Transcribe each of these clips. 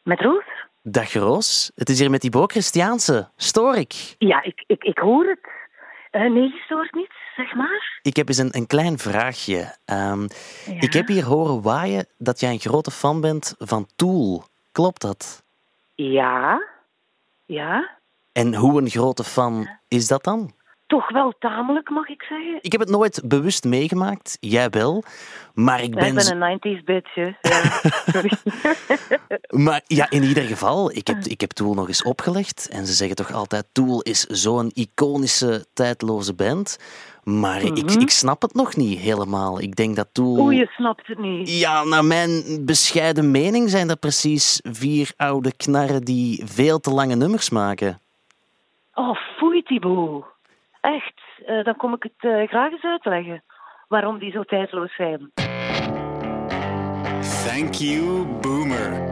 Met Roos? Dag Roos, het is hier met die Bo Christiaanse. Stoor ik? Ja, ik hoor het. Nee, je stoort niet, zeg maar. Ik heb eens een klein vraagje. Ik heb hier horen waaien dat jij een grote fan bent van Tool. Klopt dat? Ja. En hoe een grote fan is dat dan? Toch wel tamelijk, mag ik zeggen. Ik heb het nooit bewust meegemaakt, jij wel. Maar ik ben... Ik ben een 90s bitch, hè. Ja, sorry. Maar ja, in ieder geval, ik heb Tool nog eens opgelegd. En ze zeggen toch altijd, Tool is zo'n iconische, tijdloze band. Maar ik snap het nog niet helemaal. Ik denk dat Tool... Oeh, je snapt het niet. Ja, naar mijn bescheiden mening zijn dat precies 4 oude knarren die veel te lange nummers maken. Oh, foei, Thibaut. Echt, dan kom ik het graag eens uitleggen. Waarom die zo tijdloos zijn. Thank you, Boomer.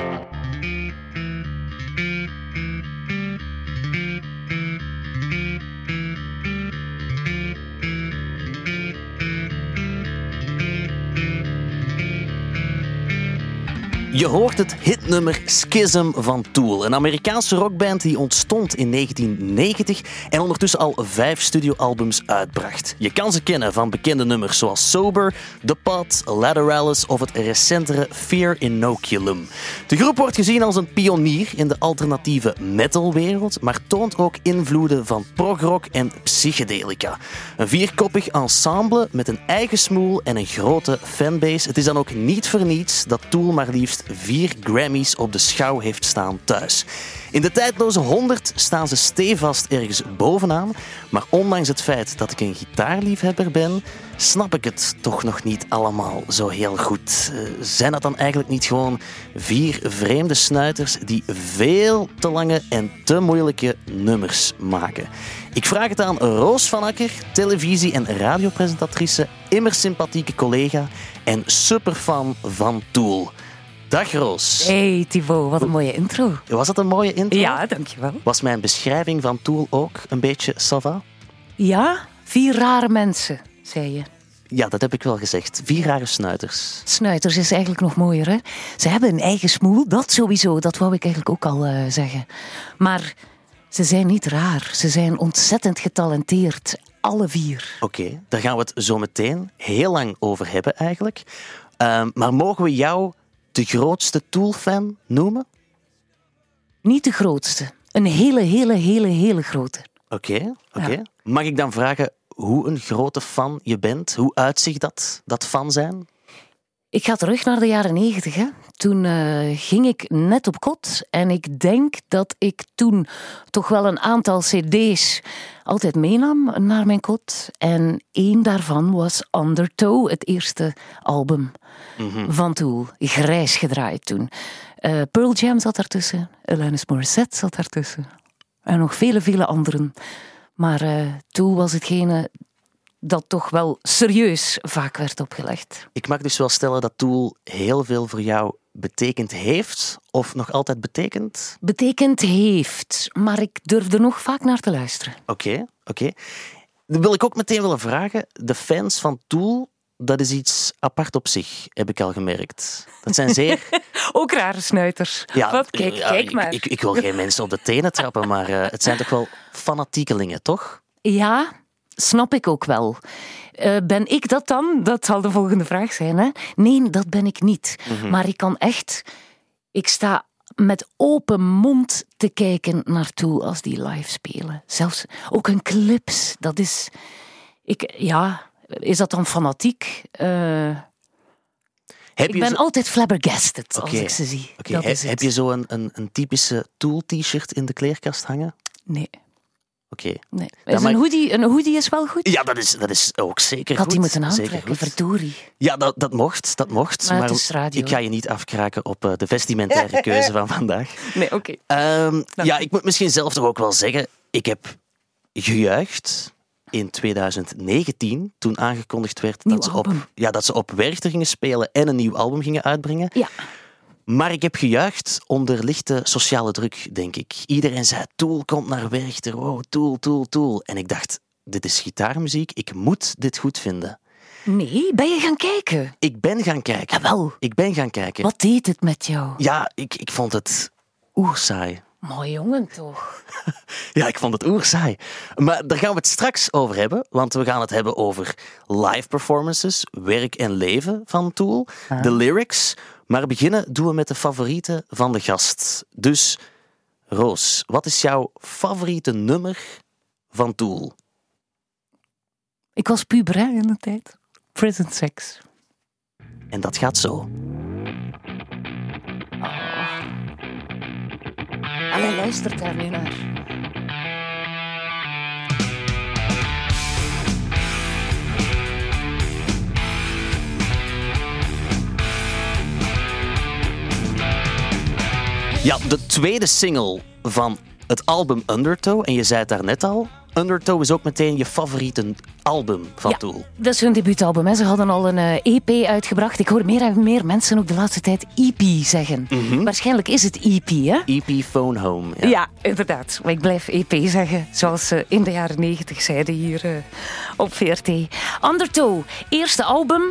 Je hoort het hitnummer Schism van Tool, een Amerikaanse rockband die ontstond in 1990 en ondertussen al 5 studioalbums uitbracht. Je kan ze kennen van bekende nummers zoals Sober, The Pot, Lateralis of het recentere Fear Inoculum. De groep wordt gezien als een pionier in de alternatieve metalwereld, maar toont ook invloeden van progrock en psychedelica. Een 4-koppig ensemble met een eigen smoel en een grote fanbase. Het is dan ook niet voor niets dat Tool maar liefst 4 Grammys op de schouw heeft staan thuis. In de tijdloze 100 staan ze stevast ergens bovenaan, maar ondanks het feit dat ik een gitaarliefhebber ben, snap ik het toch nog niet allemaal zo heel goed. Zijn dat dan eigenlijk niet gewoon 4 vreemde snuiters die veel te lange en te moeilijke nummers maken? Ik vraag het aan Roos van Akker, televisie- en radiopresentatrice, immer sympathieke collega en superfan van Tool. Dag Roos. Hey Thibaut, wat een mooie intro. Was dat een mooie intro? Ja, dankjewel. Was mijn beschrijving van Tool ook een beetje ça va? Ja, 4 rare mensen, zei je. Ja, dat heb ik wel gezegd. 4 rare snuiters. Snuiters is eigenlijk nog mooier, hè? Ze hebben een eigen smoel, dat sowieso. Dat wou ik eigenlijk ook al zeggen. Maar ze zijn niet raar. Ze zijn ontzettend getalenteerd. Alle 4. Oké, daar gaan we het zo meteen heel lang over hebben eigenlijk. Maar mogen we jou de grootste Tool-fan noemen? Niet de grootste. Een hele grote. Oké. Ja. Mag ik dan vragen hoe een grote fan je bent? Hoe uitziet dat fan zijn? Ik ga terug naar de jaren 90. Hè. Toen ging ik net op kot. En ik denk dat ik toen toch wel een aantal cd's altijd meenam naar mijn kot. En 1 daarvan was Undertow, het eerste album van Tool. Grijs gedraaid toen. Pearl Jam zat daartussen. Alanis Morissette zat daartussen. En nog vele anderen. Maar Tool was hetgene dat toch wel serieus vaak werd opgelegd. Ik mag dus wel stellen dat Tool heel veel voor jou betekend heeft, of nog altijd betekent? Betekend heeft, maar ik durf er nog vaak naar te luisteren. Oké. Dan wil ik ook meteen willen vragen, de fans van Tool, dat is iets apart op zich, heb ik al gemerkt. Dat zijn zeer... Ook rare snuiters. Ja, Wat? Kijk maar. Ik wil geen mensen op de tenen trappen, maar het zijn toch wel fanatiekelingen, toch? Ja, snap ik ook wel. Ben ik dat dan? Dat zal de volgende vraag zijn. Hè? Nee, dat ben ik niet. Maar ik kan echt... Ik sta met open mond te kijken naar Tool als die live spelen. Zelfs ook hun clips. Dat is... Is dat dan fanatiek? Ik ben altijd flabbergasted als ik ze zie. Heb je zo een typische Tool-t-shirt in de kleerkast hangen? Nee. Oké. Nee. Een hoodie is wel goed? Ja, dat is ook zeker goed. Ik had die moeten aantrekken, verdorie. Ja, dat mocht. Maar het is radio. Ik ga je niet afkraken op de vestimentaire keuze van vandaag. Nee, oké. Ja, ik moet misschien zelf toch ook wel zeggen, ik heb gejuicht in 2019, toen aangekondigd werd dat ze op Werchter gingen spelen en een nieuw album gingen uitbrengen. Ja. Maar ik heb gejuicht onder lichte sociale druk, denk ik. Iedereen zei, Tool komt naar Werchter, wow, Tool. En ik dacht, dit is gitaarmuziek, ik moet dit goed vinden. Nee, ben je gaan kijken? Ik ben gaan kijken. Jawel. Ik ben gaan kijken. Wat deed het met jou? Ja, ik vond het oersaai. Mooi jongen toch? Ja, ik vond het oersaai. Maar daar gaan we het straks over hebben, want we gaan het hebben over live performances, werk en leven van Tool, de lyrics. Maar beginnen doen we met de favorieten van de gast. Dus, Roos, wat is jouw favoriete nummer van Tool? Ik was puber hè, in de tijd. Prison Sex. En dat gaat zo. Allee, luistert daar nu naar. Ja, de tweede single van het album Undertow. En je zei het daarnet al. Undertow is ook meteen je favoriete album van Tool. Dat is hun debuutalbum. Hè. Ze hadden al een EP uitgebracht. Ik hoor meer en meer mensen ook de laatste tijd EP zeggen. Waarschijnlijk is het EP, hè? EP Phone Home. Ja, inderdaad. Maar ik blijf EP zeggen, zoals ze in de jaren 90 zeiden hier op VRT. Undertow, eerste album.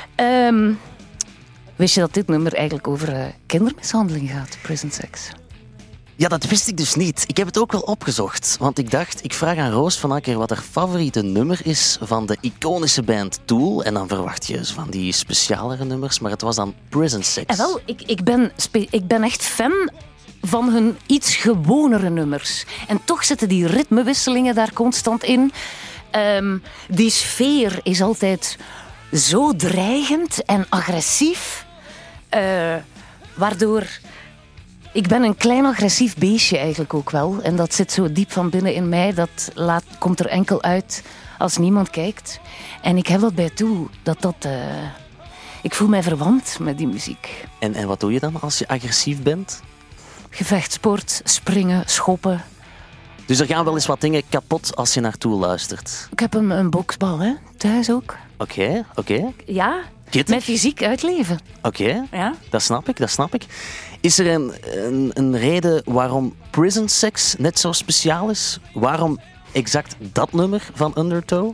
Wist je dat dit nummer eigenlijk over kindermishandeling gaat, Prison Sex? Ja, dat wist ik dus niet. Ik heb het ook wel opgezocht. Want ik dacht, ik vraag aan Roos van Akker wat haar favoriete nummer is van de iconische band Tool. En dan verwacht je van die specialere nummers. Maar het was dan Prison Sex. En wel, ik ben echt fan van hun iets gewonere nummers. En toch zitten die ritmewisselingen daar constant in. Die sfeer is altijd zo dreigend en agressief. Waardoor... Ik ben een klein agressief beestje eigenlijk ook wel. En dat zit zo diep van binnen in mij. Dat komt er enkel uit als niemand kijkt. En ik heb dat bij toe. Ik voel mij verwant met die muziek. En wat doe je dan als je agressief bent? Gevechtsport, springen, schoppen. Dus er gaan wel eens wat dingen kapot als je naar Tool luistert. Ik heb een boksbal, hè? Thuis ook. Oké. Ja, met fysiek uitleven. Oké, Ja? Dat snap ik. Is er een reden waarom Prison Sex net zo speciaal is? Waarom exact dat nummer van Undertow?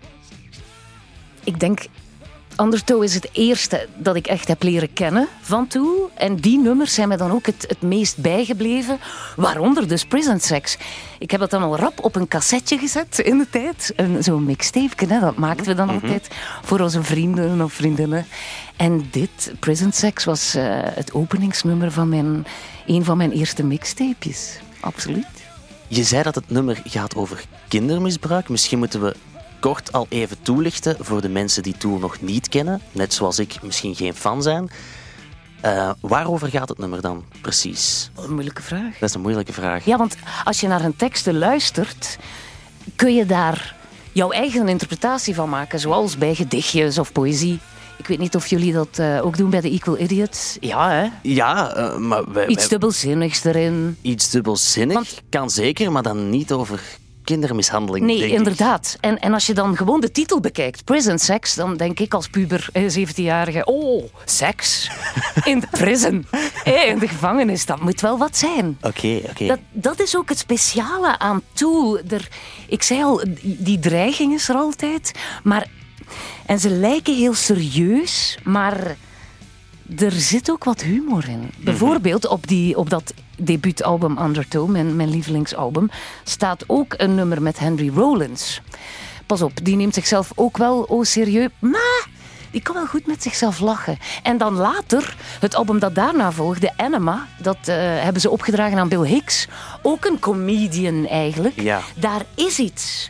Ik denk, Undertow is het eerste dat ik echt heb leren kennen van Tool. En die nummers zijn mij dan ook het meest bijgebleven. Waaronder dus Prison Sex. Ik heb dat dan al rap op een cassetje gezet in de tijd. Zo'n mixtape, hè, dat maakten we dan altijd voor onze vrienden of vriendinnen. En dit, Prison Sex, was het openingsnummer van een van mijn eerste mixtapejes. Absoluut. Je zei dat het nummer gaat over kindermisbruik. Misschien moeten we kort al even toelichten voor de mensen die Tool nog niet kennen. Net zoals ik misschien geen fan zijn. Waarover gaat het nummer dan precies? Een moeilijke vraag. Dat is een moeilijke vraag. Ja, want als je naar hun teksten luistert, kun je daar jouw eigen interpretatie van maken. Zoals bij gedichtjes of poëzie. Ik weet niet of jullie dat ook doen bij de Equal Idiots. Ja, hè? Ja, maar... Iets dubbelzinnigs erin. Iets dubbelzinnig kan zeker, maar dan niet over kindermishandeling. Nee, denk ik. inderdaad. En als je dan gewoon de titel bekijkt, Prison Sex, dan denk ik als puber, 17-jarige, oh, seks. In de prison. In de gevangenis, dat moet wel wat zijn. Oké. Dat is ook het speciale aan Tool. Ik zei al, die dreiging is er altijd. En ze lijken heel serieus, maar er zit ook wat humor in. Bijvoorbeeld op dat debuutalbum Undertow, mijn lievelingsalbum, staat ook een nummer met Henry Rollins. Pas op, die neemt zichzelf ook wel serieus, maar die kan wel goed met zichzelf lachen. En dan later, het album dat daarna volgde, Enema, dat hebben ze opgedragen aan Bill Hicks. Ook een comedian eigenlijk. Ja. Daar is iets.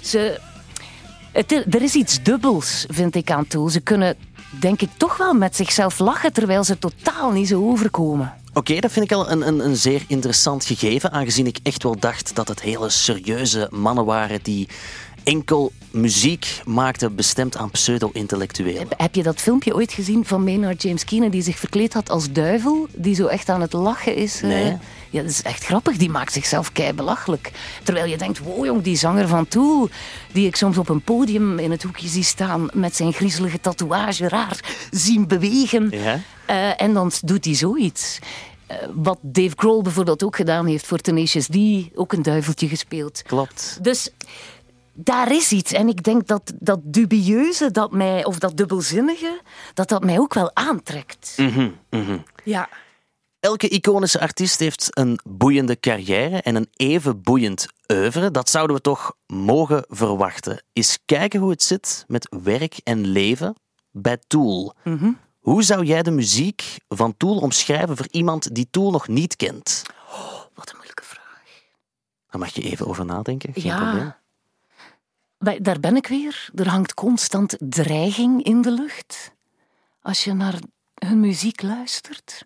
Er is iets dubbels, vind ik, aan Tool. Ze kunnen, denk ik, toch wel met zichzelf lachen, terwijl ze totaal niet zo overkomen. Oké, dat vind ik al een zeer interessant gegeven, aangezien ik echt wel dacht dat het hele serieuze mannen waren die enkel muziek maakten bestemd aan pseudo-intellectuelen. Heb je dat filmpje ooit gezien van Maynard James Keenan die zich verkleed had als duivel, die zo echt aan het lachen is? Nee. Ja, dat is echt grappig. Die maakt zichzelf keibelachelijk. Terwijl je denkt, wow jong, die zanger van Tool, die ik soms op een podium in het hoekje zie staan met zijn griezelige tatoeage raar zien bewegen. Ja? En dan doet hij zoiets. Wat Dave Grohl bijvoorbeeld ook gedaan heeft voor Tenacious D, ook een duiveltje gespeeld. Klopt. Dus Daar is iets. En ik denk dat dubieuze, of dat dubbelzinnige, dat mij ook wel aantrekt. Ja. Elke iconische artiest heeft een boeiende carrière en een even boeiend oeuvre. Dat zouden we toch mogen verwachten. Eens kijken hoe het zit met werk en leven bij Tool. Hoe zou jij de muziek van Tool omschrijven voor iemand die Tool nog niet kent? Wat een moeilijke vraag. Daar mag je even over nadenken, geen probleem. Daar ben ik weer. Er hangt constant dreiging in de lucht. Als je naar hun muziek luistert.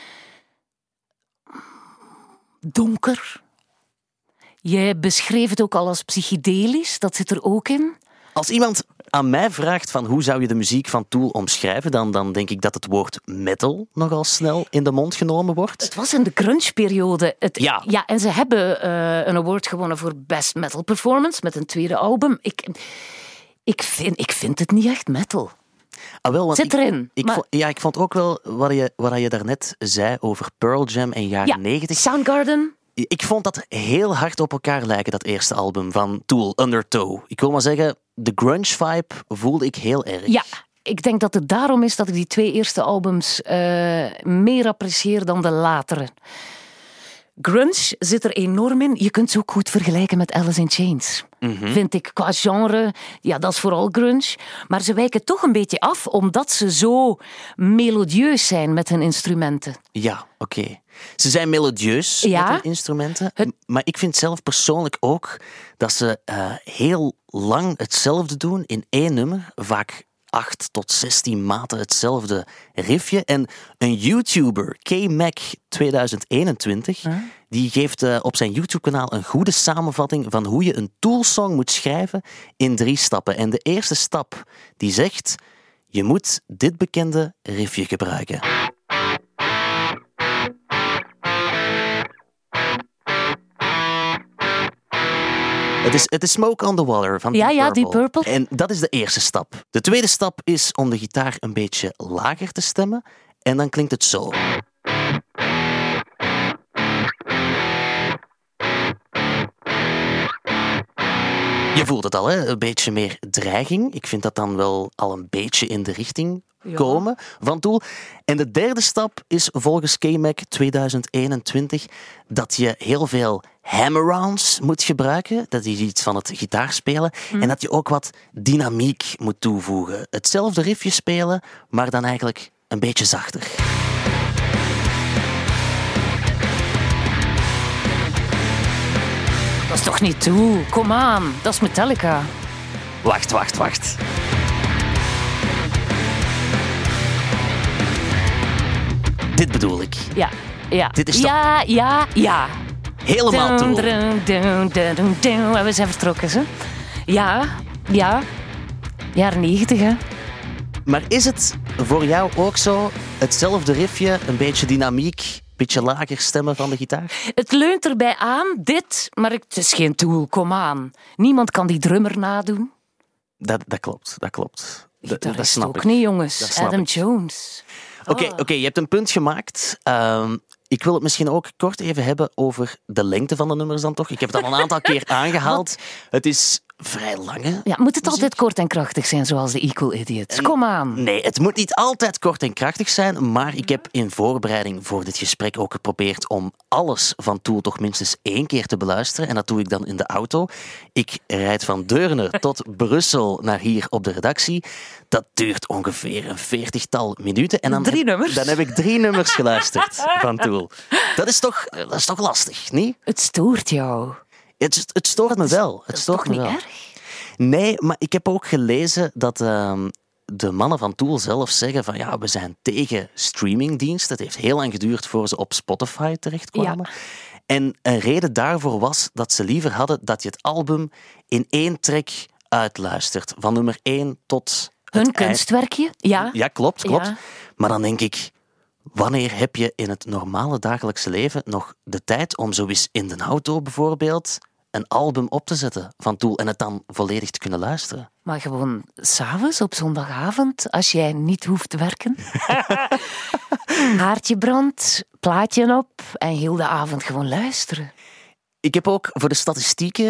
Donker. Jij beschreef het ook al als psychedelisch. Dat zit er ook in. Als iemand aan mij vraagt van hoe zou je de muziek van Tool omschrijven, dan denk ik dat het woord metal nogal snel in de mond genomen wordt. Het was in de grunge-periode. Ja, en ze hebben een award gewonnen voor Best Metal Performance met een tweede album. Ik vind het niet echt metal. Want zit erin. Ik vond ook wel wat je daarnet zei over Pearl Jam en jaren 90. Soundgarden. Ik vond dat heel hard op elkaar lijken, dat eerste album van Tool, Undertow. Ik wil maar zeggen, de grunge-vibe voelde ik heel erg. Ja, ik denk dat het daarom is dat ik die 2 eerste albums meer apprecieer dan de latere. Grunge zit er enorm in. Je kunt ze ook goed vergelijken met Alice in Chains. Vind ik, qua genre, ja, dat is vooral grunge. Maar ze wijken toch een beetje af, omdat ze zo melodieus zijn met hun instrumenten. Ja, oké. Ze zijn melodieus met hun instrumenten. Maar ik vind zelf persoonlijk ook dat ze heel lang hetzelfde doen in 1 nummer. Vaak 8 tot 16 maten hetzelfde riffje. En een YouTuber, K-Mac 2021, die geeft op zijn YouTube-kanaal een goede samenvatting van hoe je een Tool-song moet schrijven in 3 stappen. En de eerste stap, die zegt, je moet dit bekende riffje gebruiken. Het is Smoke on the Water van Deep Purple. Ja, Deep Purple. En dat is de eerste stap. De tweede stap is om de gitaar een beetje lager te stemmen. En dan klinkt het zo. Je voelt het al, hè? Een beetje meer dreiging. Ik vind dat dan wel al een beetje in de richting komen van Tool. En de derde stap is volgens K-Mac 2021 dat je heel veel hammer-ons moet gebruiken. Dat is iets van het gitaarspelen. En dat je ook wat dynamiek moet toevoegen. Hetzelfde riffje spelen, maar dan eigenlijk een beetje zachter. Dat is toch niet Tool? Kom aan, dat is Metallica. Wacht. Dit bedoel ik. Ja. Dit is Ja. helemaal Tool. En we zijn vertrokken, hè? Ja. Jaren 90, hè? Maar is het voor jou ook zo, hetzelfde riffje, een beetje dynamiek, beetje lager stemmen van de gitaar? Het leunt erbij aan, maar het is geen Tool, kom aan. Niemand kan die drummer nadoen. Dat klopt. Dat snap ook ik. niet, jongens. Adam Jones. Oké, je hebt een punt gemaakt. Ik wil het misschien ook kort even hebben over de lengte van de nummers dan toch. Ik heb het al een aantal keer aangehaald. Het is vrij lang, hè? Ja, moet het altijd kort en krachtig zijn, zoals de Equal Idiots? Kom aan. Nee, het moet niet altijd kort en krachtig zijn, maar ik heb in voorbereiding voor dit gesprek ook geprobeerd om alles van Tool toch minstens 1 keer te beluisteren. En dat doe ik dan in de auto. Ik rijd van Deurne tot Brussel naar hier op de redactie. Dat duurt ongeveer een 40-tal minuten. En dan 3 nummers. Dan heb ik 3 nummers geluisterd van Tool. Dat is toch lastig, niet? Het stoort jou. Het stoort me wel. Dat is toch niet erg? Nee, maar ik heb ook gelezen dat de mannen van Tool zelf zeggen van ja, we zijn tegen streamingdiensten. Het heeft heel lang geduurd voor ze op Spotify terechtkwamen. Ja. En een reden daarvoor was dat ze liever hadden dat je het album in 1 track uitluistert. Van nummer 1 tot hun kunstwerkje, ja. Ja, klopt. Ja. Maar dan denk ik, wanneer heb je in het normale dagelijkse leven nog de tijd om zo eens in de auto bijvoorbeeld een album op te zetten van Tool en het dan volledig te kunnen luisteren? Maar gewoon 's avonds op zondagavond, als jij niet hoeft te werken. Haartje brandt, plaatje op en heel de avond gewoon luisteren. Ik heb ook voor de statistieken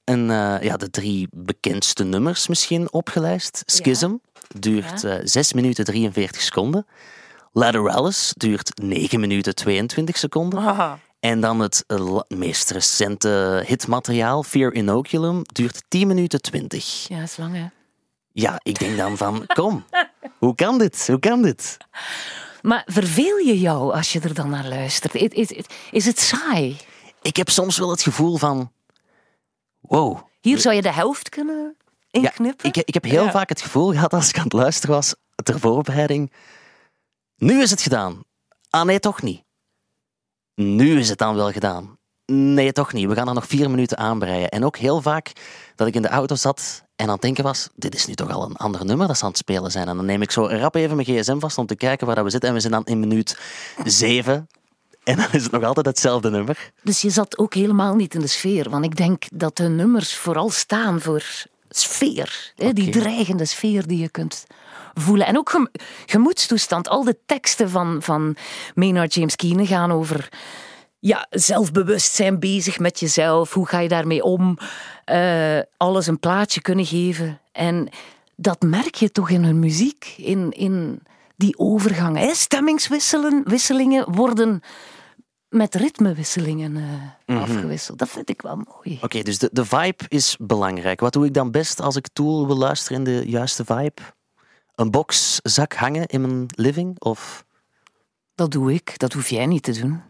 de 3 bekendste nummers misschien opgelijst. Schism duurt 6 minuten 43 seconden. Lateralus duurt 9 minuten 22 seconden. Aha. En dan het meest recente hitmateriaal, Fear Inoculum, duurt 10 minuten 20. Ja, is lang, hè? Ja, ik denk dan van, kom, hoe kan dit? Hoe kan dit? Maar verveel je jou als je er dan naar luistert? Is het saai? Ik heb soms wel het gevoel van, wow. Hier zou je de helft kunnen inknippen? Ik heb heel vaak het gevoel gehad als ik aan het luisteren was, ter voorbereiding, nu is het gedaan. Ah nee, toch niet. Nu is het dan wel gedaan. Nee, toch niet. We gaan er nog 4 minuten aanbreien. En ook heel vaak dat ik in de auto zat en aan het denken was, dit is nu toch al een ander nummer dat ze aan het spelen zijn. En dan neem ik zo rap even mijn gsm vast om te kijken waar dat we zitten. En we zijn dan in minuut 7. En dan is het nog altijd hetzelfde nummer. Dus je zat ook helemaal niet in de sfeer. Want ik denk dat de nummers vooral staan voor sfeer. Hè? Die dreigende sfeer die je kunt voelen. En ook gemoedstoestand. Al de teksten van Maynard James Keenan gaan over zelfbewustzijn, bezig met jezelf. Hoe ga je daarmee om? Alles een plaatje kunnen geven. En dat merk je toch in hun muziek. In die overgang. Hè? Stemmingswisselingen worden met ritmewisselingen afgewisseld. Dat vind ik wel mooi. Oké, dus de vibe is belangrijk. Wat doe ik dan best als ik Tool wil luisteren in de juiste vibe? Een boxzak hangen in mijn living? Of... Dat doe ik. Dat hoef jij niet te doen.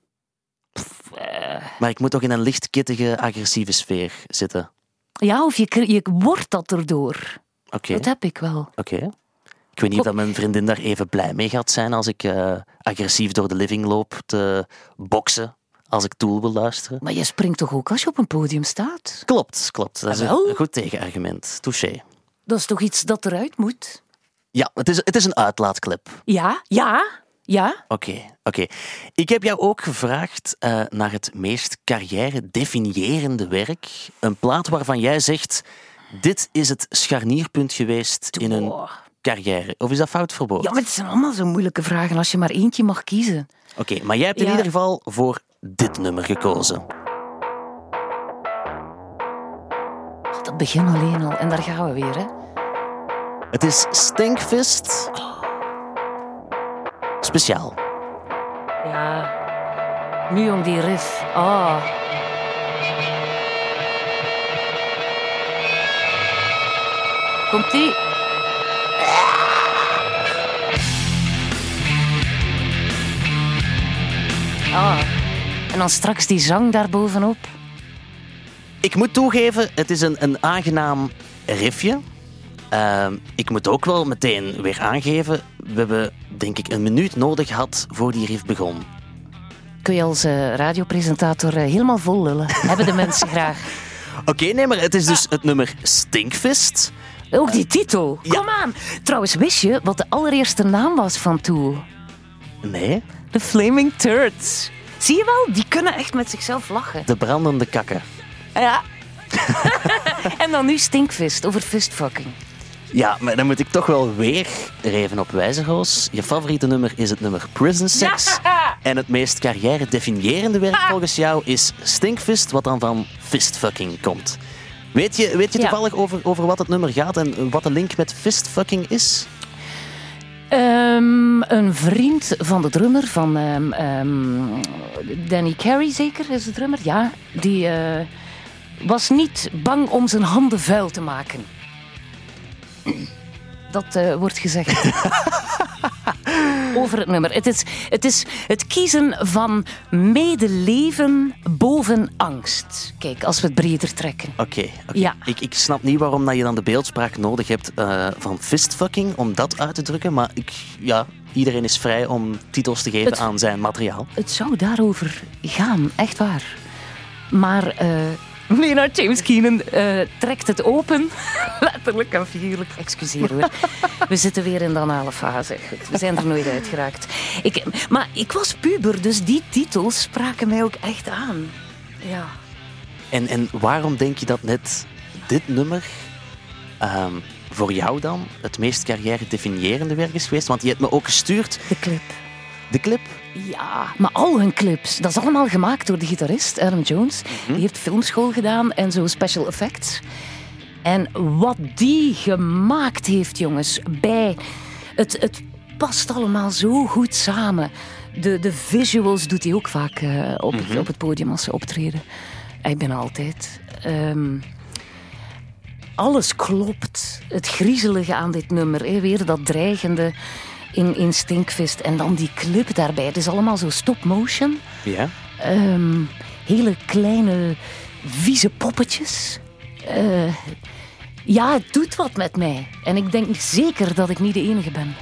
Maar ik moet toch in een licht kittige, agressieve sfeer zitten? Ja, of je wordt dat erdoor. Oké. Dat heb ik wel. Oké. Ik weet niet of dat mijn vriendin daar even blij mee gaat zijn als ik agressief door de living loop te boksen als ik Tool wil luisteren. Maar je springt toch ook als je op een podium staat? Klopt. Dat is een goed tegenargument. Touché. Dat is toch iets dat eruit moet? Ja, het is een uitlaatklep. Ja. Oké. Ik heb jou ook gevraagd naar het meest carrière-definiërende werk. Een plaat waarvan jij zegt, dit is het scharnierpunt geweest in een carrière. Of is dat fout verboden? Ja, maar het zijn allemaal zo moeilijke vragen als je maar eentje mag kiezen. Oké, maar jij hebt in ieder geval voor dit nummer gekozen. Dat begin alleen al. En daar gaan we weer, hè. Het is Stinkfist. Speciaal. Ja. Nu om die riff. Oh. Komt-ie? En dan straks die zang daarbovenop. Ik moet toegeven, het is een aangenaam riffje. Ik moet ook wel meteen weer aangeven, we hebben denk ik 1 minuut nodig gehad voor die riff begon. Kun je als radiopresentator helemaal vol lullen. Hebben de mensen graag. Oké, nee, maar het is dus het nummer Stinkfist. Ook die titel. Ja. Kom aan. Trouwens, wist je wat de allereerste naam was van Tool? Nee, De Flaming Turds. Zie je wel? Die kunnen echt met zichzelf lachen. de brandende kakken. Ja. En dan nu Stinkfist over fistfucking. Ja, maar dan moet ik toch wel weer er even op wijzen, Roos. Je favoriete nummer is het nummer Prison Sex. Ja. En het meest carrière-definiërende werk volgens jou is Stinkfist, wat dan van fistfucking komt. Weet je toevallig over wat het nummer gaat en wat de link met fistfucking is? Een vriend van de drummer, van Danny Carey zeker, is de drummer? Ja, die was niet bang om zijn handen vuil te maken. Dat wordt gezegd. Over het nummer. Het is het kiezen van medeleven boven angst. Kijk, als we het breder trekken. Oké. Ja. Ik snap niet waarom dat je dan de beeldspraak nodig hebt van fistfucking, om dat uit te drukken. Maar iedereen is vrij om titels te geven aan zijn materiaal. Het zou daarover gaan, echt waar. Maar Maynard James Keenan trekt het open. Letterlijk en figuurlijk. Excuseer hoor. We zitten weer in de anale fase. Goed, we zijn er nooit uit geraakt. Maar ik was puber, dus die titels spraken mij ook echt aan. Ja. En waarom denk je dat net dit nummer voor jou dan het meest carrière-definiërende werk is geweest? Want je hebt me ook gestuurd. De clip. De clip? Ja, maar al hun clips, dat is allemaal gemaakt door de gitarist Adam Jones. Die heeft filmschool gedaan en zo special effects. En wat die gemaakt heeft, jongens, het past allemaal zo goed samen. De visuals doet hij ook vaak op het podium als ze optreden. Ik ben altijd. Alles klopt. Het griezelige aan dit nummer. Weer dat dreigende in Stinkfist. En dan die clip daarbij. Het is allemaal zo stop motion. Ja. Hele kleine, vieze poppetjes. Ja, het doet wat met mij. En ik denk zeker dat ik niet de enige ben.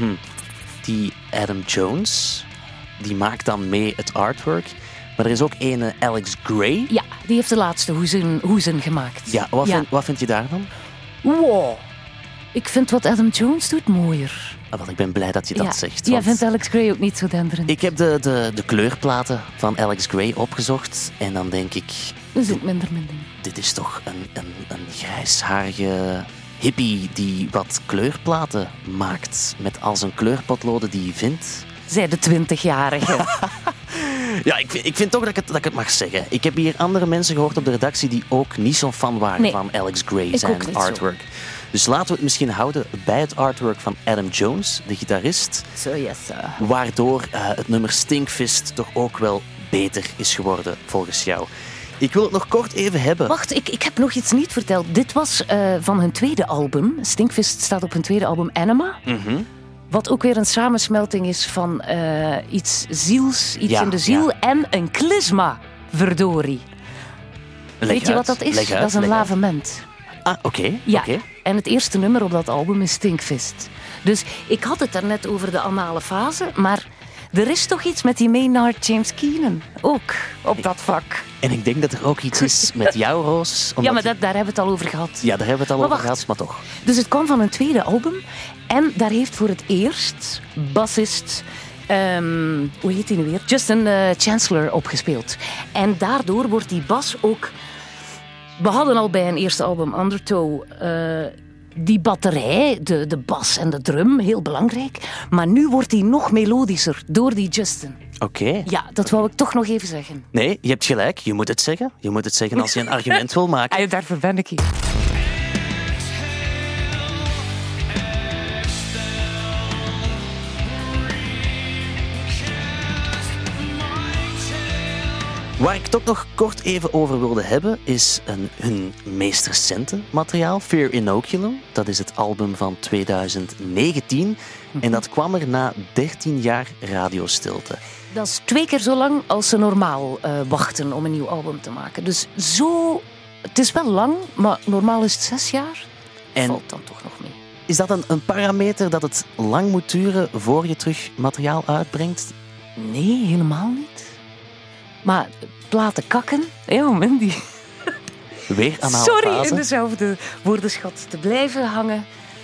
Die Adam Jones, die maakt dan mee het artwork. Maar er is ook ene Alex Gray. Ja, die heeft de laatste hoezen gemaakt. Ja, wat vind je daarvan? Wow. Ik vind wat Adam Jones doet mooier. Want ik ben blij dat je dat zegt. Jij vindt Alex Gray ook niet zo denderend. Ik heb de kleurplaten van Alex Gray opgezocht. En dan denk ik... Dat is ook minder. Dit is toch een grijsharige hippie die wat kleurplaten maakt. Met al zijn kleurpotloden die hij vindt. Zij de 20-jarige. Ja, ik vind toch dat ik het mag zeggen. Ik heb hier andere mensen gehoord op de redactie die ook niet zo'n fan waren van Alex Gray, zijn artwork. Zo. Dus laten we het misschien houden bij het artwork van Adam Jones, de gitarist. So yes, sir. Waardoor het nummer Stinkfist toch ook wel beter is geworden, volgens jou. Ik wil het nog kort even hebben. Wacht, ik heb nog iets niet verteld. Dit was van hun tweede album. Stinkfist staat op hun tweede album, Anima. Wat ook weer een samensmelting is van iets ziels, iets in de ziel en een klisma, verdorie. Weet je wat dat is? Dat is een lavement. Ah, oké. Ja, en het eerste nummer op dat album is Stinkfist. Dus ik had het daarnet over de anale fase, maar er is toch iets met die Maynard James Keenan, ook op dat vak. En ik denk dat er ook iets is met jou, Roos. Ja, maar daar hebben we het al over gehad. Ja, daar hebben we het al over gehad, maar toch. Dus het kwam van een tweede album en daar heeft voor het eerst bassist... hoe heet hij nu weer? Justin Chancellor opgespeeld. En daardoor wordt die bas ook... We hadden al bij een eerste album, Undertow, die batterij, de bas en de drum, heel belangrijk. Maar nu wordt die nog melodischer door die Justin. Oké. Ja, dat wou ik toch nog even zeggen. Nee, je hebt gelijk. Je moet het zeggen. Je moet het zeggen als je een argument wil maken. Daarvoor ben ik hier. Waar ik het ook nog kort even over wilde hebben, is hun meest recente materiaal, Fear Inoculum. Dat is het album van 2019. En dat kwam er na 13 jaar radiostilte. Dat is 2 keer zo lang als ze normaal wachten om een nieuw album te maken. Dus zo... Het is wel lang, maar normaal is het 6 jaar. En valt dan toch nog mee. Is dat een parameter dat het lang moet duren voor je terug materiaal uitbrengt? Nee, helemaal niet. Maar platen kakken... Ja, Mandy. Weer aan Sorry, in dezelfde woordenschat te blijven hangen.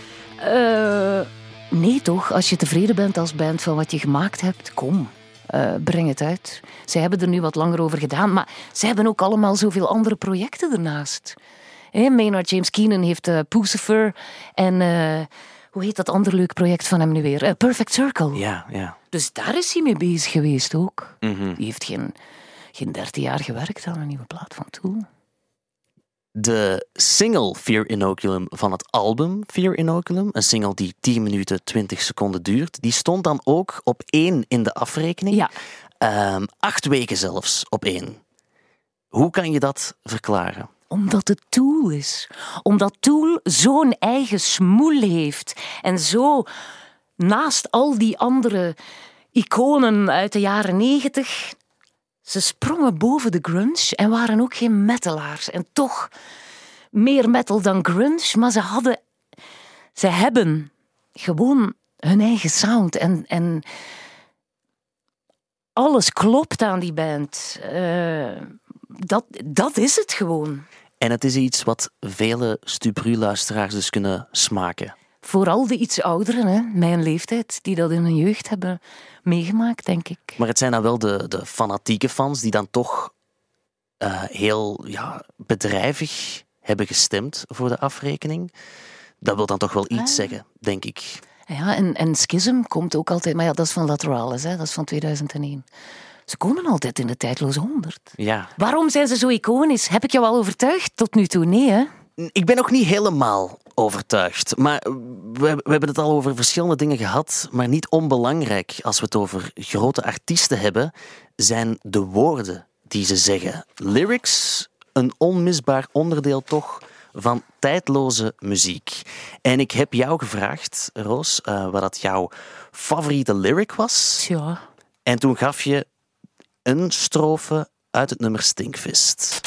Nee toch, als je tevreden bent als band van wat je gemaakt hebt, kom, breng het uit. Zij hebben er nu wat langer over gedaan, maar zij hebben ook allemaal zoveel andere projecten ernaast. Maynard James Keenan heeft Pucifer en... hoe heet dat andere leuk project van hem nu weer? Perfect Circle. Ja. Dus daar is hij mee bezig geweest ook. Die heeft geen 13 jaar gewerkt aan een nieuwe plaat van Tool. De single Fear Inoculum van het album Fear Inoculum, een single die 10 minuten 20 seconden duurt, die stond dan ook op 1 in de afrekening. Ja. 8 weken zelfs op 1. Hoe kan je dat verklaren? Omdat het Tool is. Omdat Tool zo'n eigen smoel heeft. En zo naast al die andere iconen uit de jaren 90... Ze sprongen boven de grunge en waren ook geen metalaars. En toch meer metal dan grunge, maar ze hebben gewoon hun eigen sound. En alles klopt aan die band. Dat is het gewoon. En het is iets wat vele Stubru-luisteraars dus kunnen smaken. Vooral de iets ouderen, hè, mijn leeftijd, die dat in hun jeugd hebben meegemaakt, denk ik. Maar het zijn dan wel de fanatieke fans die dan toch heel bedrijvig hebben gestemd voor de afrekening. Dat wil dan toch wel iets zeggen, denk ik. Ja, en Schism komt ook altijd... Maar ja, dat is van Lateralus, hè? Dat is van 2001. Ze komen altijd in de tijdloze 100. Ja. Waarom zijn ze zo iconisch? Heb ik jou al overtuigd? Tot nu toe, nee, hè? Ik ben nog niet helemaal overtuigd. Maar we hebben het al over verschillende dingen gehad. Maar niet onbelangrijk als we het over grote artiesten hebben, zijn de woorden die ze zeggen. Lyrics, een onmisbaar onderdeel toch van tijdloze muziek. En ik heb jou gevraagd, Roos, wat dat jouw favoriete lyric was. Ja. En toen gaf je een strofe uit het nummer Stinkfist.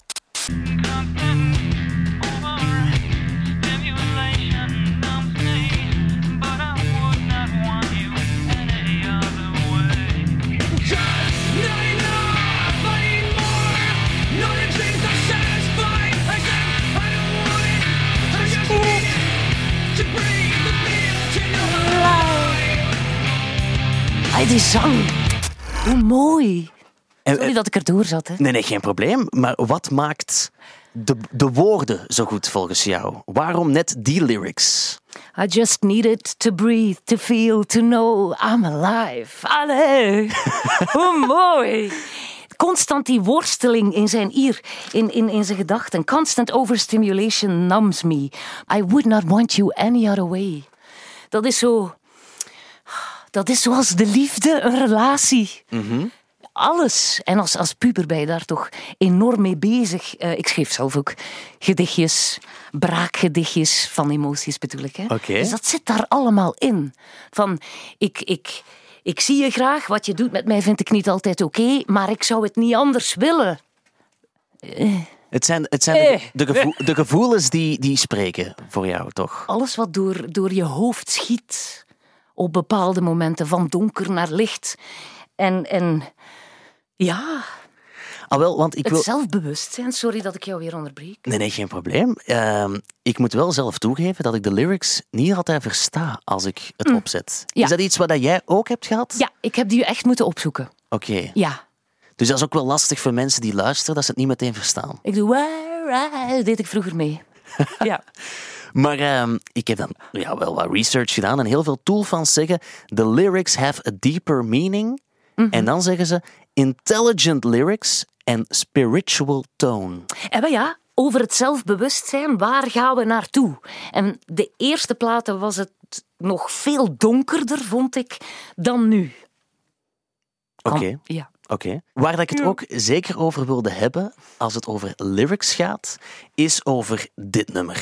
Ai, die zang. Hoe mooi. Sorry dat ik erdoor zat, hè. Nee, geen probleem. Maar wat maakt de woorden zo goed volgens jou? Waarom net die lyrics? I just needed to breathe, to feel, to know I'm alive. Allee, hoe mooi. Constant die worsteling in zijn ear, in zijn gedachten. Constant overstimulation numbs me. I would not want you any other way. Dat is zo... Dat is zoals de liefde, een relatie. Mm-hmm. Alles. En als puber ben je daar toch enorm mee bezig. Ik schreef zelf ook gedichtjes, braakgedichtjes van emoties bedoel ik. Hè? Okay. Dus dat zit daar allemaal in. Van, ik zie je graag, wat je doet met mij vind ik niet altijd oké, maar ik zou het niet anders willen. Het zijn de gevoelens die spreken voor jou, toch? Alles wat door je hoofd schiet op bepaalde momenten, van donker naar licht. En ja... Wel, want ik wil... zelfbewustzijn, sorry dat ik jou weer onderbreek. Nee, geen probleem. Ik moet wel zelf toegeven dat ik de lyrics niet altijd versta als ik het opzet. Ja. Is dat iets wat jij ook hebt gehad? Ja, ik heb die echt moeten opzoeken. Oké. Ja. Dus dat is ook wel lastig voor mensen die luisteren, dat ze het niet meteen verstaan. Ik doe... Dat deed ik vroeger mee. Ja. Maar ik heb dan wel wat research gedaan en heel veel toolfans zeggen the lyrics have a deeper meaning. Mm-hmm. En dan zeggen ze intelligent lyrics en spiritual tone. En ja, over het zelfbewustzijn, waar gaan we naartoe? En de eerste platen was het nog veel donkerder, vond ik, dan nu. Oké. Ja. Oké. Waar dat ik het ook zeker over wilde hebben, als het over lyrics gaat, is over dit nummer.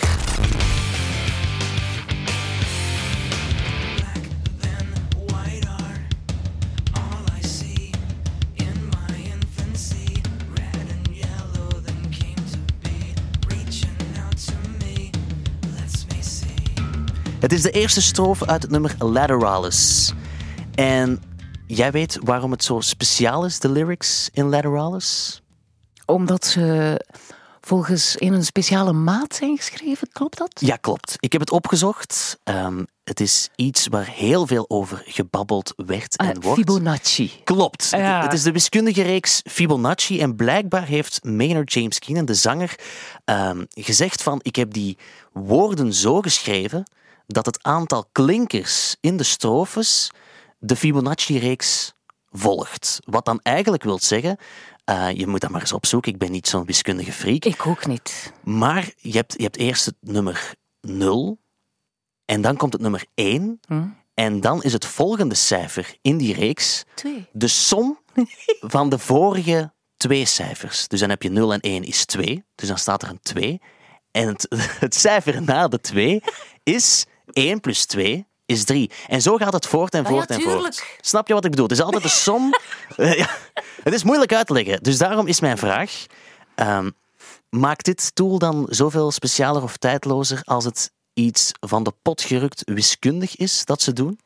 Het is de eerste strofe uit het nummer Lateralus. En jij weet waarom het zo speciaal is, de lyrics in Lateralus? Omdat ze volgens in een speciale maat zijn geschreven, klopt dat? Ja, klopt. Ik heb het opgezocht. Het is iets waar heel veel over gebabbeld werd en wordt. Fibonacci. Klopt. Ja. Het is de wiskundige reeks Fibonacci. En blijkbaar heeft Maynard James Keenan, de zanger, gezegd van ik heb die woorden zo geschreven dat het aantal klinkers in de strofes de Fibonacci-reeks volgt. Wat dan eigenlijk wil zeggen, je moet dat maar eens opzoeken, ik ben niet zo'n wiskundige freak. Ik ook niet. Maar je hebt eerst het nummer 0 en dan komt het nummer 1 en dan is het volgende cijfer in die reeks 2. de som van de vorige 2 cijfers. Dus dan heb je 0 en 1 is 2, dus dan staat er een 2. En het cijfer na de 2 is 1 plus 2 is 3. En zo gaat het voort en voort en voort. Snap je wat ik bedoel? Het is altijd een som. Ja, het is moeilijk uit te leggen. Dus daarom is mijn vraag, maakt dit tool dan zoveel specialer of tijdlozer als het iets van de pot gerukt wiskundig is dat ze doen?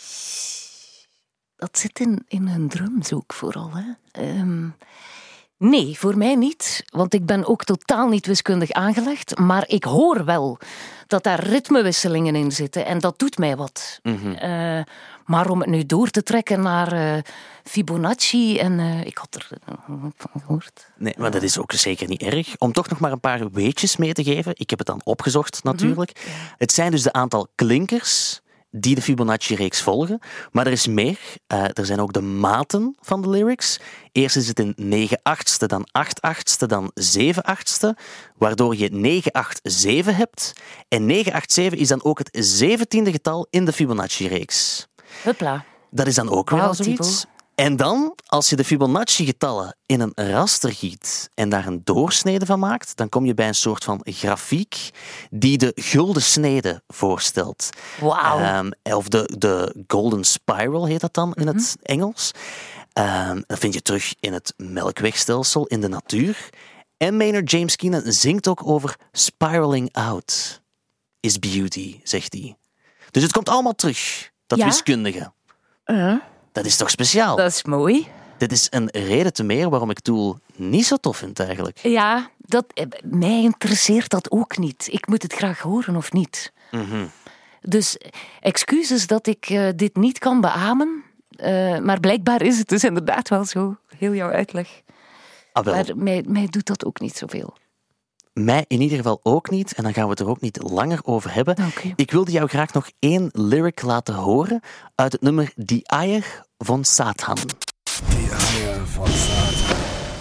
Dat zit in hun drums ook vooral. Hè? Nee, voor mij niet. Want ik ben ook totaal niet wiskundig aangelegd. Maar ik hoor wel dat daar ritmewisselingen in zitten. En dat doet mij wat. Mm-hmm. Maar om het nu door te trekken naar Fibonacci... En ik had er van gehoord. Nee, maar dat is ook zeker niet erg. Om toch nog maar een paar weetjes mee te geven. Ik heb het dan opgezocht natuurlijk. Mm-hmm. Het zijn dus de aantal klinkers die de Fibonacci-reeks volgen. Maar er is meer. Er zijn ook de maten van de lyrics. Eerst is het in 9/8, dan 8/8, dan 7/8, waardoor je 9/8-7 hebt. En 9/8-7 is dan ook het 17e getal in de Fibonacci-reeks. Hupla. Dat is dan ook weer al Wauw, zoiets. Thibaut. En dan, als je de Fibonacci-getallen in een raster giet en daar een doorsnede van maakt, dan kom je bij een soort van grafiek die de gulden snede voorstelt. Wauw. Of de golden spiral heet dat dan in het Engels. Dat vind je terug in het melkwegstelsel, in de natuur. En Maynard James Keenan zingt ook over spiraling out is beauty, zegt hij. Dus het komt allemaal terug, dat Ja? wiskundige. Dat is toch speciaal? Dat is mooi. Dit is een reden te meer waarom ik Tool niet zo tof vind eigenlijk. Ja, mij interesseert dat ook niet. Ik moet het graag horen of niet. Dus excuses dat ik dit niet kan beamen. Maar blijkbaar is het dus inderdaad wel zo. Heel jouw uitleg. Ah, wel. Maar mij doet dat ook niet zoveel. Mij in ieder geval ook niet. En dan gaan we het er ook niet langer over hebben. Oké. Ik wilde jou graag nog 1 lyric laten horen uit het nummer Die Eier van Satan. Die Eier von Satan.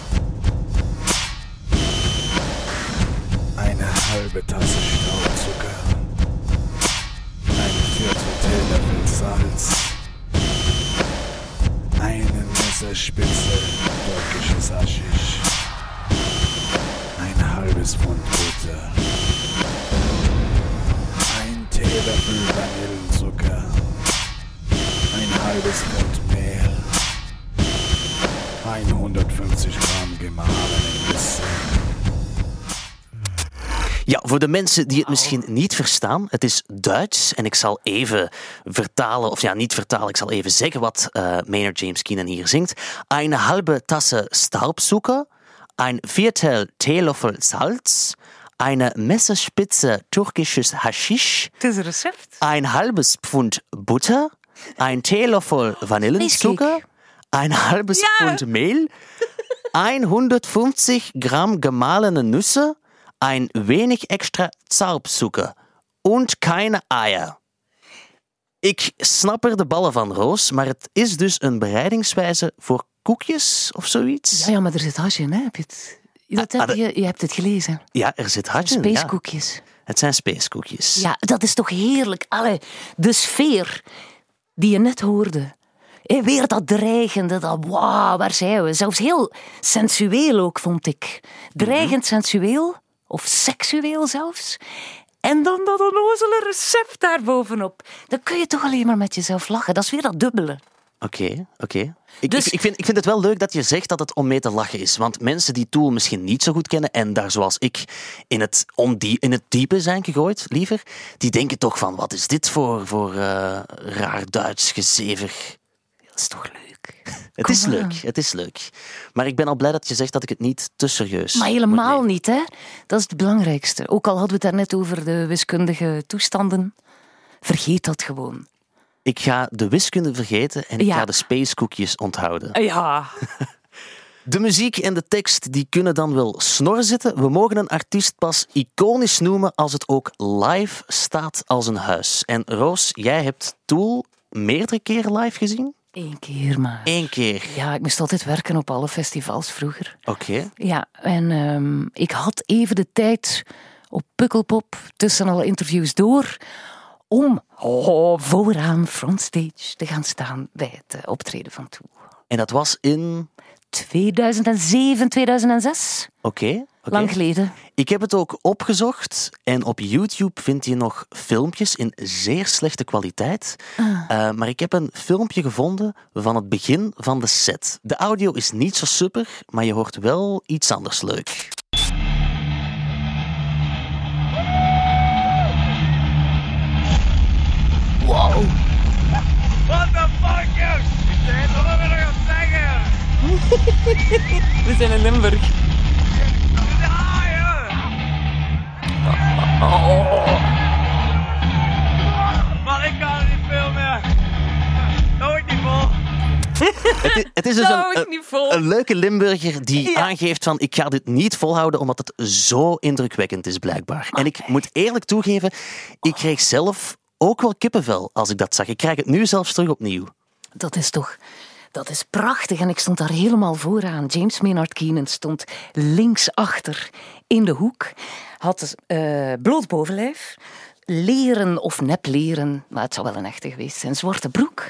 Eine halbe Tasse Staubzucker. Ein Viertel Teelöffel Salz. Eine Messerspitze türkisches Haschisch. Ein halbes Pfund Butter. Ein Teelöffel Vanillezucker. Ein halbes Pfund Mehl. 150 Gramm gemahlene Nüsse. Ja, voor de mensen die het misschien niet verstaan, het is Duits en ik zal even vertalen, of ja, niet vertalen, ik zal even zeggen wat Maynard James Keenan hier zingt. Eine halbe Tasse Staubzucker, ein Viertel Teelöffel Salz, eine Messerspitze türkisches Haschisch, Het is een recept. ein halbes Pfund Butter, ein Teelöffel Vanillezucker, ein halbes Pfund Mehl, 150 Gramm gemahlene Nüsse, ein wenig extra Zaubzucker und keine Eier. Ik snap er de ballen van, Roos, maar het is dus een bereidingswijze voor koekjes of zoiets. Ja, maar er zit hash in, hè? Je hebt het gelezen. Ja, er zit hartje in. Spacekoekjes. Ja. Het zijn spacekoekjes. Ja, dat is toch heerlijk. Allee, de sfeer die je net hoorde. Weer dat dreigende, dat wauw, waar zijn we? Zelfs heel sensueel ook, vond ik. Dreigend sensueel, of seksueel zelfs. En dan dat onnozele recept daarbovenop. Dan kun je toch alleen maar met jezelf lachen. Dat is weer dat dubbele. Oké. Dus- Ik vind het wel leuk dat je zegt dat het om mee te lachen is. Want mensen die Tool misschien niet zo goed kennen en daar zoals ik in het diepe zijn gegooid, liever, die denken toch van, wat is dit voor raar Duits gezever? Dat is toch leuk? Het Kom is aan. leuk, het is leuk. Maar ik ben al blij dat je zegt dat ik het niet te serieus Maar moet helemaal nemen. niet, hè? Dat is het belangrijkste. Ook al hadden we het daarnet over de wiskundige toestanden. Vergeet dat gewoon. Ik ga de wiskunde vergeten en ik Ja. ga de spacekoekjes onthouden. Ja. De muziek en de tekst die kunnen dan wel snor zitten. We mogen een artiest pas iconisch noemen als het ook live staat als een huis. En Roos, jij hebt Tool meerdere keren live gezien? 1 keer maar. 1 keer. Ja, ik moest altijd werken op alle festivals vroeger. Oké. Ja, en ik had even de tijd op Pukkelpop tussen alle interviews door om vooraan frontstage te gaan staan bij het optreden van Tool. En dat was in... 2007, 2006. Oké. Lang geleden. Ik heb het ook opgezocht en op YouTube vind je nog filmpjes in zeer slechte kwaliteit. Maar ik heb een filmpje gevonden van het begin van de set. De audio is niet zo super, maar je hoort wel iets anders leuk. Wow. What the fuck, jongens? Ik zeg het nog weer gaan zeggen. We zijn in Limburg. Ja, joh. Maar ik kan het niet veel meer. Nooit niet vol. Het is dus niet vol. een leuke Limburger die aangeeft van ik ga dit niet volhouden omdat het zo indrukwekkend is blijkbaar. En ik moet eerlijk toegeven, ik kreeg zelf ook wel kippenvel als ik dat zag. Ik krijg het nu zelfs terug opnieuw. Dat is prachtig en ik stond daar helemaal vooraan. James Maynard Keenan stond linksachter in de hoek. Had bloot bovenlijf, leren of nepleren, maar het zou wel een echte geweest zijn, zwarte broek.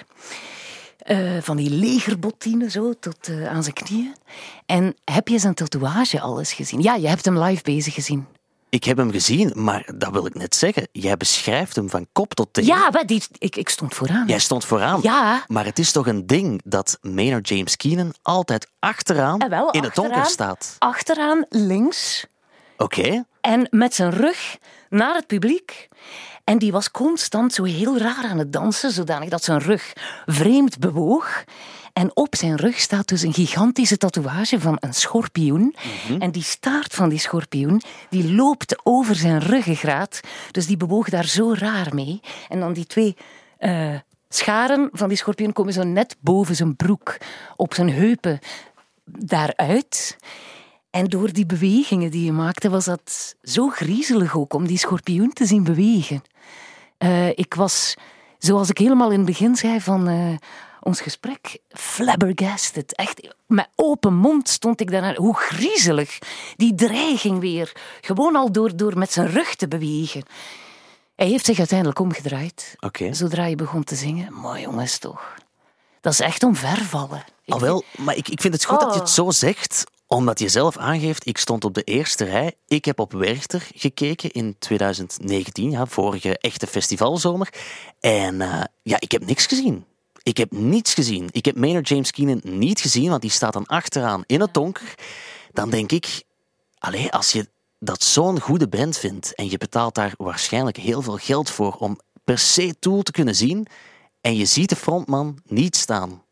Van die legerbottine zo tot aan zijn knieën. En heb je zijn tatoeage al eens gezien? Ja, je hebt hem live bezig gezien. Ik heb hem gezien, maar dat wil ik net zeggen. Jij beschrijft hem van kop tot teen. Ja, maar ik stond vooraan. Jij stond vooraan. Ja. Maar het is toch een ding dat Maynard James Keenan altijd achteraan in het donker staat. Achteraan, links. Oké. En met zijn rug naar het publiek. En die was constant zo heel raar aan het dansen, zodanig dat zijn rug vreemd bewoog. En op zijn rug staat dus een gigantische tatoeage van een schorpioen. En die staart van die schorpioen, die loopt over zijn ruggengraat. Dus die bewoog daar zo raar mee. En dan die twee scharen van die schorpioen komen zo net boven zijn broek, op zijn heupen daaruit. En door die bewegingen die je maakte, was dat zo griezelig ook om die schorpioen te zien bewegen. Ik was, zoals ik helemaal in het begin zei van ons gesprek, flabbergasted. Echt, met open mond stond ik daarnaar. Hoe griezelig. Die dreiging weer. Gewoon al door met zijn rug te bewegen. Hij heeft zich uiteindelijk omgedraaid. Okay. Zodra je begon te zingen. Mooi jongens toch. Dat is echt omvervallen. Maar ik vind het goed dat je het zo zegt, omdat je zelf aangeeft, ik stond op de eerste rij. Ik heb op Werchter gekeken in 2019, vorige echte festivalzomer. En ik heb niks gezien. Ik heb niets gezien. Ik heb Maynard James Keenan niet gezien, want die staat dan achteraan in het donker. Dan denk ik, als je dat zo'n goede band vindt en je betaalt daar waarschijnlijk heel veel geld voor om per se Tool te kunnen zien en je ziet de frontman niet staan.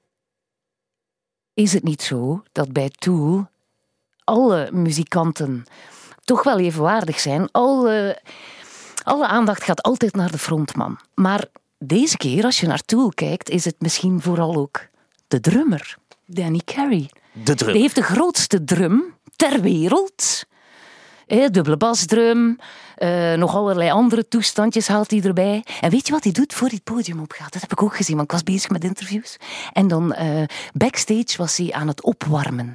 Is het niet zo dat bij Tool alle muzikanten toch wel evenwaardig zijn? Alle aandacht gaat altijd naar de frontman. Maar deze keer, als je naar Tool kijkt, is het misschien vooral ook de drummer, Danny Carey. De drum. Die heeft de grootste drum ter wereld. Dubbele basdrum, nog allerlei andere toestandjes haalt hij erbij. En weet je wat hij doet voor hij het podium opgaat? Dat heb ik ook gezien, want ik was bezig met interviews. En dan backstage was hij aan het opwarmen.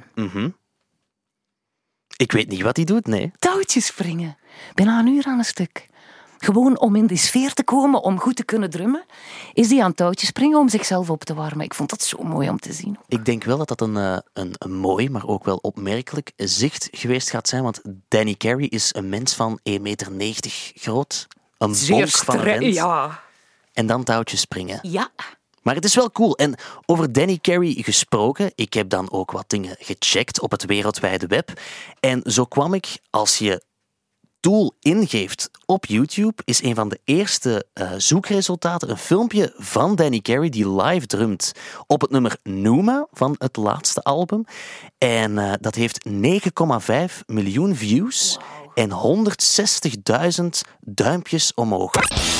Ik weet niet wat hij doet, nee. Touwtjes springen. Bijna een uur aan een stuk. Gewoon om in die sfeer te komen, om goed te kunnen drummen, is hij aan touwtjes springen om zichzelf op te warmen. Ik vond dat zo mooi om te zien. Ik denk wel dat dat een mooi, maar ook wel opmerkelijk zicht geweest gaat zijn, want Danny Carey is een mens van 1,90 meter groot. Een bonk van een vent. Ja. En dan touwtjes springen. Ja. Maar het is wel cool. En over Danny Carey gesproken, ik heb dan ook wat dingen gecheckt op het wereldwijde web. En zo kwam ik, als je Tool ingeeft op YouTube, is een van de eerste zoekresultaten een filmpje van Danny Carey die live drumt op het nummer Numa van het laatste album. En dat heeft 9,5 miljoen views en 160.000 duimpjes omhoog.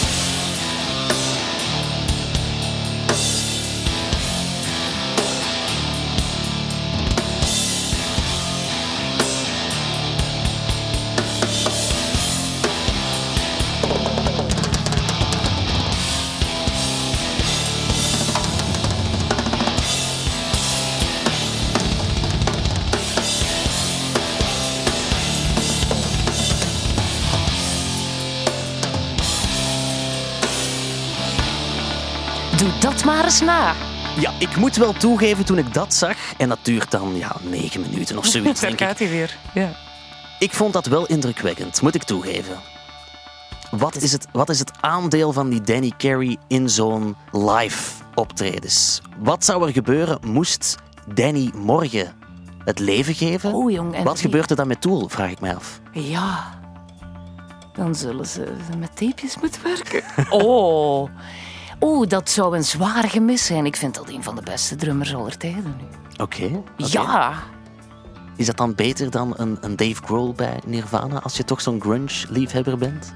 Doe dat maar eens na. Ja, ik moet wel toegeven, toen ik dat zag, en dat duurt dan 9 minuten of zoiets, Daar denk ik. gaat hij weer. Ja. Ik vond dat wel indrukwekkend, moet ik toegeven. Wat is het aandeel van die Danny Carey in zo'n live optredens? Wat zou er gebeuren moest Danny morgen het leven geven? Oh, jong, en Wat gebeurt er dan met Tool, vraag ik mij af. Ja. Dan zullen ze met tapejes moeten werken. Oh, dat zou een zwaar gemis zijn. Ik vind dat een van de beste drummers aller tijden nu. Oké. Ja. Is dat dan beter dan een Dave Grohl bij Nirvana, als je toch zo'n grunge-liefhebber bent?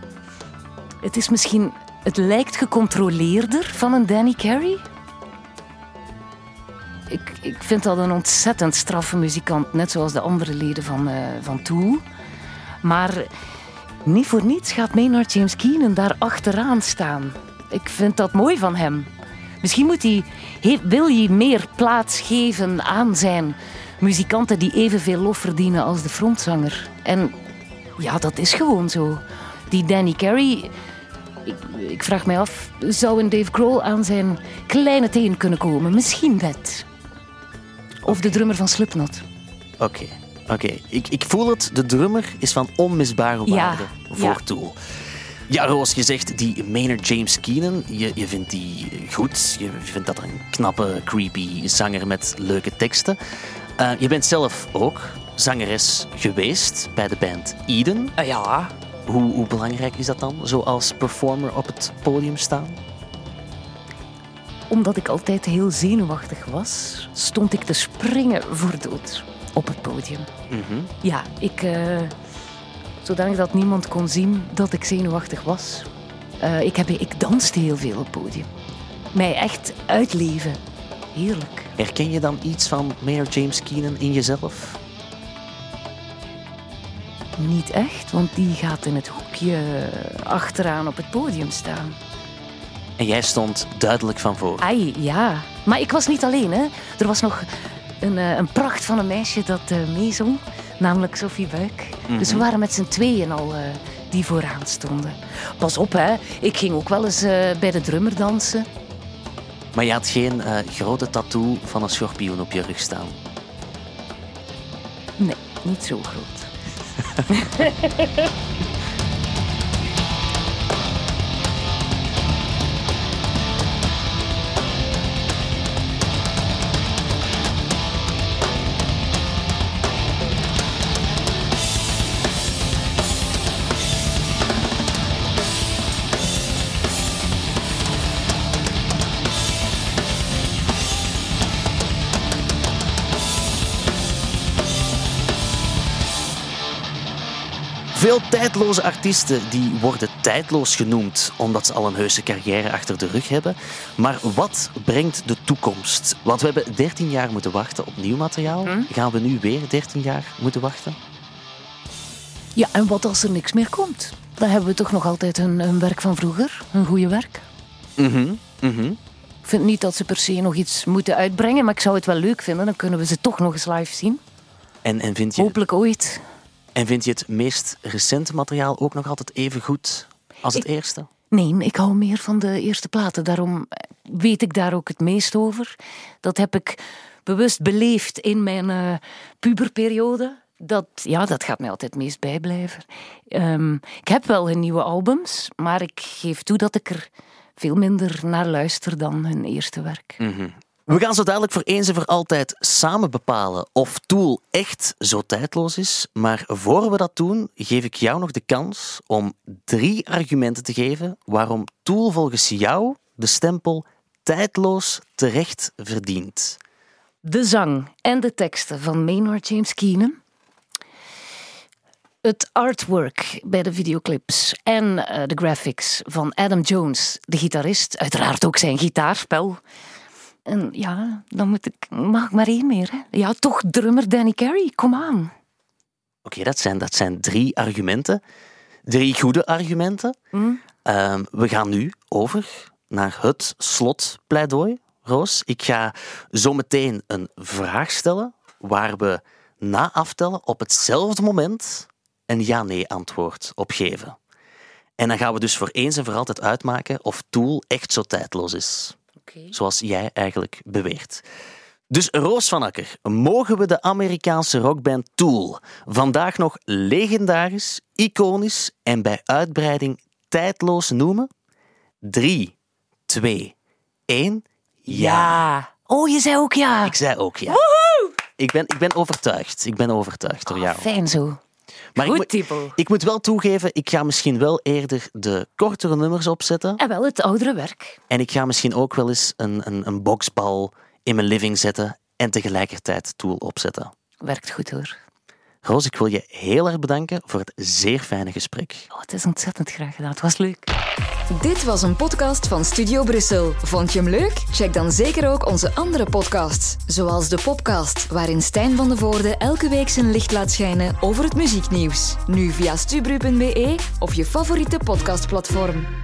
Het lijkt gecontroleerder van een Danny Carey. Ik vind dat een ontzettend straffe muzikant, net zoals de andere leden van Tool. Maar Niet voor niets gaat Maynard James Keenan daar achteraan staan. Ik vind dat mooi van hem. Misschien wil hij meer plaats geven aan zijn muzikanten die evenveel lof verdienen als de frontzanger. En ja, dat is gewoon zo. Die Danny Carey, ik vraag mij af, zou een Dave Grohl aan zijn kleine teen kunnen komen? Misschien net. Of de drummer van Slipknot. Oké. Ik voel het. De drummer is van onmisbare waarde voor Tool. Ja, Roos, je zegt die Maynard James Keenan, je vindt die goed. Je vindt dat een knappe, creepy zanger met leuke teksten. Je bent zelf ook zangeres geweest bij de band Eden. Ja. Hoe belangrijk is dat dan, zo als performer op het podium staan? Omdat ik altijd heel zenuwachtig was, stond ik te springen voor dood op het podium. Mm-hmm. Ja, zodanig dat niemand kon zien dat ik zenuwachtig was. Ik danste heel veel op het podium. Mij echt uitleven. Heerlijk. Herken je dan iets van Maynard James Keenan in jezelf? Niet echt, want die gaat in het hoekje achteraan op het podium staan. En jij stond duidelijk van voor. Ai, ja. Maar ik was niet alleen, hè. Er was nog een pracht van een meisje dat meezong, namelijk Sophie Buik. Mm-hmm. Dus we waren met z'n tweeën al die vooraan stonden. Pas op, hè. Ik ging ook wel eens bij de drummer dansen. Maar je had geen grote tattoo van een schorpioen op je rug staan? Nee, niet zo groot. Veel tijdloze artiesten die worden tijdloos genoemd omdat ze al een heuse carrière achter de rug hebben. Maar wat brengt de toekomst? Want we hebben 13 jaar moeten wachten op nieuw materiaal. Gaan we nu weer 13 jaar moeten wachten? Ja, en wat als er niks meer komt? Dan hebben we toch nog altijd een werk van vroeger. Een goede werk. Ik vind niet dat ze per se nog iets moeten uitbrengen, maar ik zou het wel leuk vinden. Dan kunnen we ze toch nog eens live zien. En vind je... Hopelijk ooit. En vind je het meest recente materiaal ook nog altijd even goed als het eerste? Nee, ik hou meer van de eerste platen. Daarom weet ik daar ook het meest over. Dat heb ik bewust beleefd in mijn puberperiode. Dat gaat mij altijd het meest bijblijven. Ik heb wel hun nieuwe albums, maar ik geef toe dat ik er veel minder naar luister dan hun eerste werk. Mm-hmm. We gaan zo dadelijk voor eens en voor altijd samen bepalen of Tool echt zo tijdloos is. Maar voor we dat doen, geef ik jou nog de kans om 3 argumenten te geven waarom Tool volgens jou de stempel tijdloos terecht verdient. De zang en de teksten van Maynard James Keenan. Het artwork bij de videoclips en de graphics van Adam Jones, de gitarist. Uiteraard ook zijn gitaarspel. En ja, dan mag ik maar 1 meer. Hè? Ja, toch drummer Danny Carey, kom aan. Oké, dat zijn 3 argumenten. 3 goede argumenten. We gaan nu over naar het slotpleidooi, Roos. Ik ga zo meteen een vraag stellen waar we na aftellen op hetzelfde moment een ja-nee antwoord op geven. En dan gaan we dus voor eens en voor altijd uitmaken of Tool echt zo tijdloos is. Okay. Zoals jij eigenlijk beweert. Dus Roos van Akker, mogen we de Amerikaanse rockband Tool vandaag nog legendarisch, iconisch en bij uitbreiding tijdloos noemen? 3, 2, 1, ja. Oh, je zei ook ja. Ik zei ook ja. Woehoe! Ik ben overtuigd. Ik ben overtuigd door jou. Fijn zo. Maar goed, ik moet wel toegeven, ik ga misschien wel eerder de kortere nummers opzetten. En wel het oudere werk. En ik ga misschien ook wel eens een boksbal in mijn living zetten en tegelijkertijd Tool opzetten. Werkt goed hoor. Roos, ik wil je heel erg bedanken voor het zeer fijne gesprek. Oh, het is ontzettend graag gedaan. Het was leuk. Dit was een podcast van Studio Brussel. Vond je hem leuk? Check dan zeker ook onze andere podcasts. Zoals de Popcast, waarin Stijn van de Voorde elke week zijn licht laat schijnen over het muzieknieuws. Nu via stubru.be of je favoriete podcastplatform.